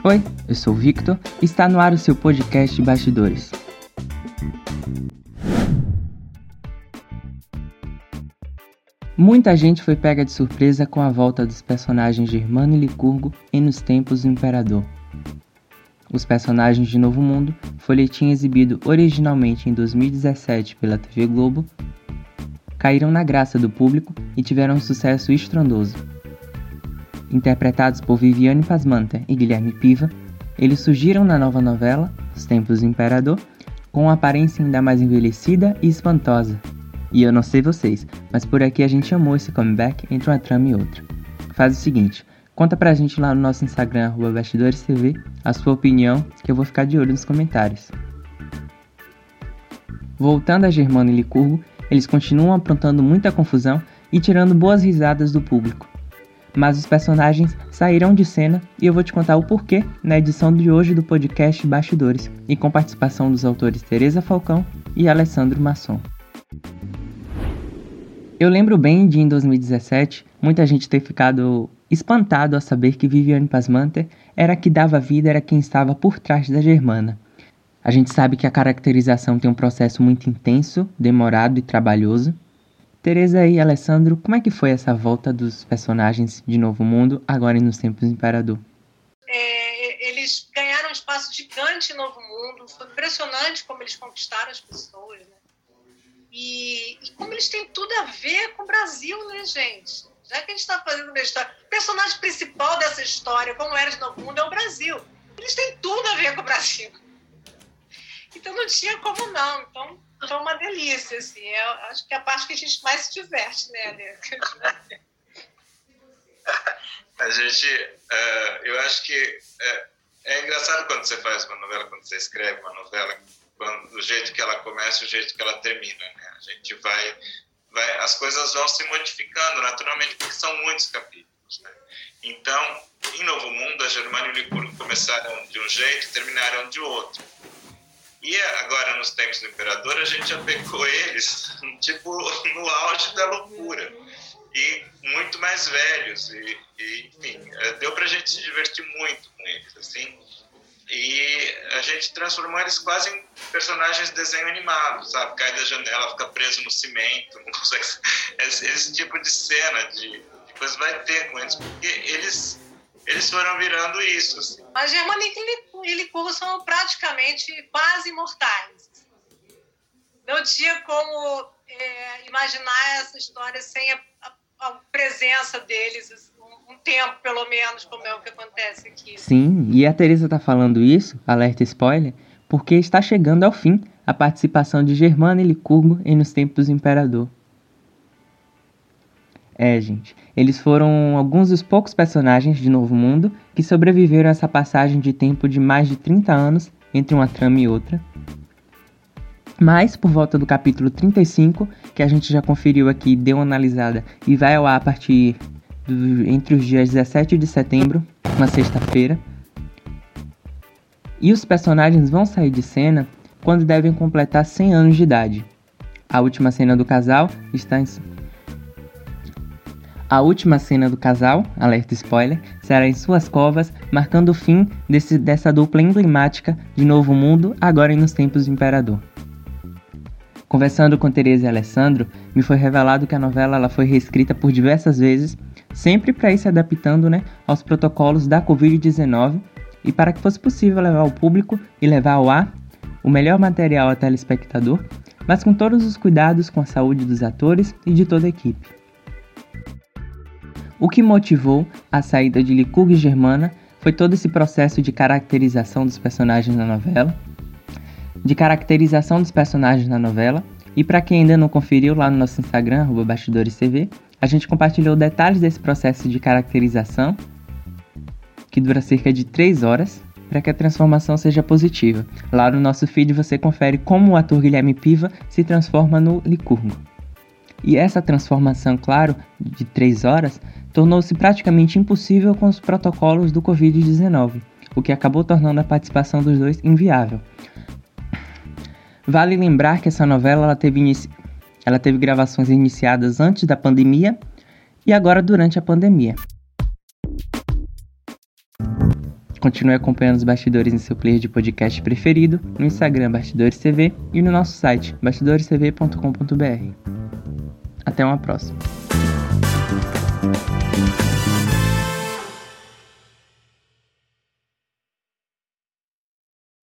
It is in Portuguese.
Oi, eu sou o Victor e está no ar o seu podcast Bastidores. Muita gente foi pega de surpresa com a volta dos personagens Germano e Licurgo em Nos Tempos do Imperador. Os personagens de Novo Mundo, folhetim exibido originalmente em 2017 pela TV Globo, caíram na graça do público e tiveram um sucesso estrondoso. Interpretados por Viviane Pasmanter e Guilherme Piva, eles surgiram na nova novela, Os Tempos do Imperador, com uma aparência ainda mais envelhecida e espantosa. E eu não sei vocês, mas por aqui a gente amou esse comeback entre uma trama e outra. Faz o seguinte, conta pra gente lá no nosso Instagram, @BastidoresTV, a sua opinião, que eu vou ficar de olho nos comentários. Voltando a Germano e Licurgo, eles continuam aprontando muita confusão e tirando boas risadas do público. Mas os personagens sairão de cena e eu vou te contar o porquê na edição de hoje do podcast Bastidores, e com participação dos autores Teresa Falcão e Alessandro Masson. Eu lembro bem de, em 2017, muita gente ter ficado espantado ao saber que Viviane Pasmanter era a que dava vida, era quem estava por trás da Germana. A gente sabe que a caracterização tem um processo muito intenso, demorado e trabalhoso. Teresa e Alessandro, como é que foi essa volta dos personagens de Novo Mundo, agora Nos Tempos do Imperador? Eles ganharam um espaço gigante em Novo Mundo, foi impressionante como eles conquistaram as pessoas, né? E como eles têm tudo a ver com o Brasil, né, gente? Já que a gente está fazendo uma história, o personagem principal dessa história, como era de Novo Mundo, é o Brasil. Eles têm tudo a ver com o Brasil. Então não tinha como não, então foi uma delícia, assim. Eu acho que é a parte que a gente mais se diverte, né, Ale? Eu acho que é engraçado quando você faz uma novela, quando você escreve uma novela, do jeito que ela começa e o jeito que ela termina, né? A gente vai, as coisas vão se modificando naturalmente, porque são muitos capítulos, né? Então, em Novo Mundo, a Germana e o Licurgo começaram de um jeito e terminaram de outro. E agora, nos Tempos do Imperador, a gente já pegou eles, tipo, no auge da loucura. E muito mais velhos. Enfim, deu pra gente se divertir muito com eles, assim. E a gente transformou eles quase em personagens de desenho animado, sabe? Cai da janela, fica preso no cimento, não consegue... Esse tipo de cena, de coisa vai ter com eles, porque eles foram virando isso, assim. A Germana e Licurgo são praticamente quase imortais. Não tinha como imaginar essa história sem a presença deles, um tempo pelo menos, como é o que acontece aqui. Sim, e a Teresa tá falando isso, alerta spoiler, porque está chegando ao fim a participação de Germana e Licurgo em Nos Tempos do Imperador. Gente, eles foram alguns dos poucos personagens de Novo Mundo que sobreviveram a essa passagem de tempo de mais de 30 anos entre uma trama e outra. Mas, por volta do capítulo 35, que a gente já conferiu aqui, deu uma analisada e vai ao ar a partir entre os dias 17 de setembro, uma sexta-feira, e os personagens vão sair de cena quando devem completar 100 anos de idade. A última cena do casal, alerta spoiler, será em suas covas, marcando o fim dessa dupla emblemática de Novo Mundo, agora Nos Tempos do Imperador. Conversando com Teresa e Alessandro, me foi revelado que a novela ela foi reescrita por diversas vezes, sempre para ir se adaptando, aos protocolos da Covid-19 e para que fosse possível levar ao público e levar ao ar o melhor material ao telespectador, mas com todos os cuidados com a saúde dos atores e de toda a equipe. O que motivou a saída de Licurgo e Germana foi todo esse processo de caracterização dos personagens na novela, e para quem ainda não conferiu lá no nosso Instagram, @BastidoresTV, a gente compartilhou detalhes desse processo de caracterização, que dura cerca de 3 horas, para que a transformação seja positiva. Lá no nosso feed você confere como o ator Guilherme Piva se transforma no Licurgo. E essa transformação, claro, de 3 horas, tornou-se praticamente impossível com os protocolos do Covid-19, o que acabou tornando a participação dos dois inviável. Vale lembrar que essa novela ela teve gravações iniciadas antes da pandemia e agora durante a pandemia. Continue acompanhando os bastidores em seu player de podcast preferido, no Instagram Bastidores TV e no nosso site bastidorestv.com.br. Até uma próxima.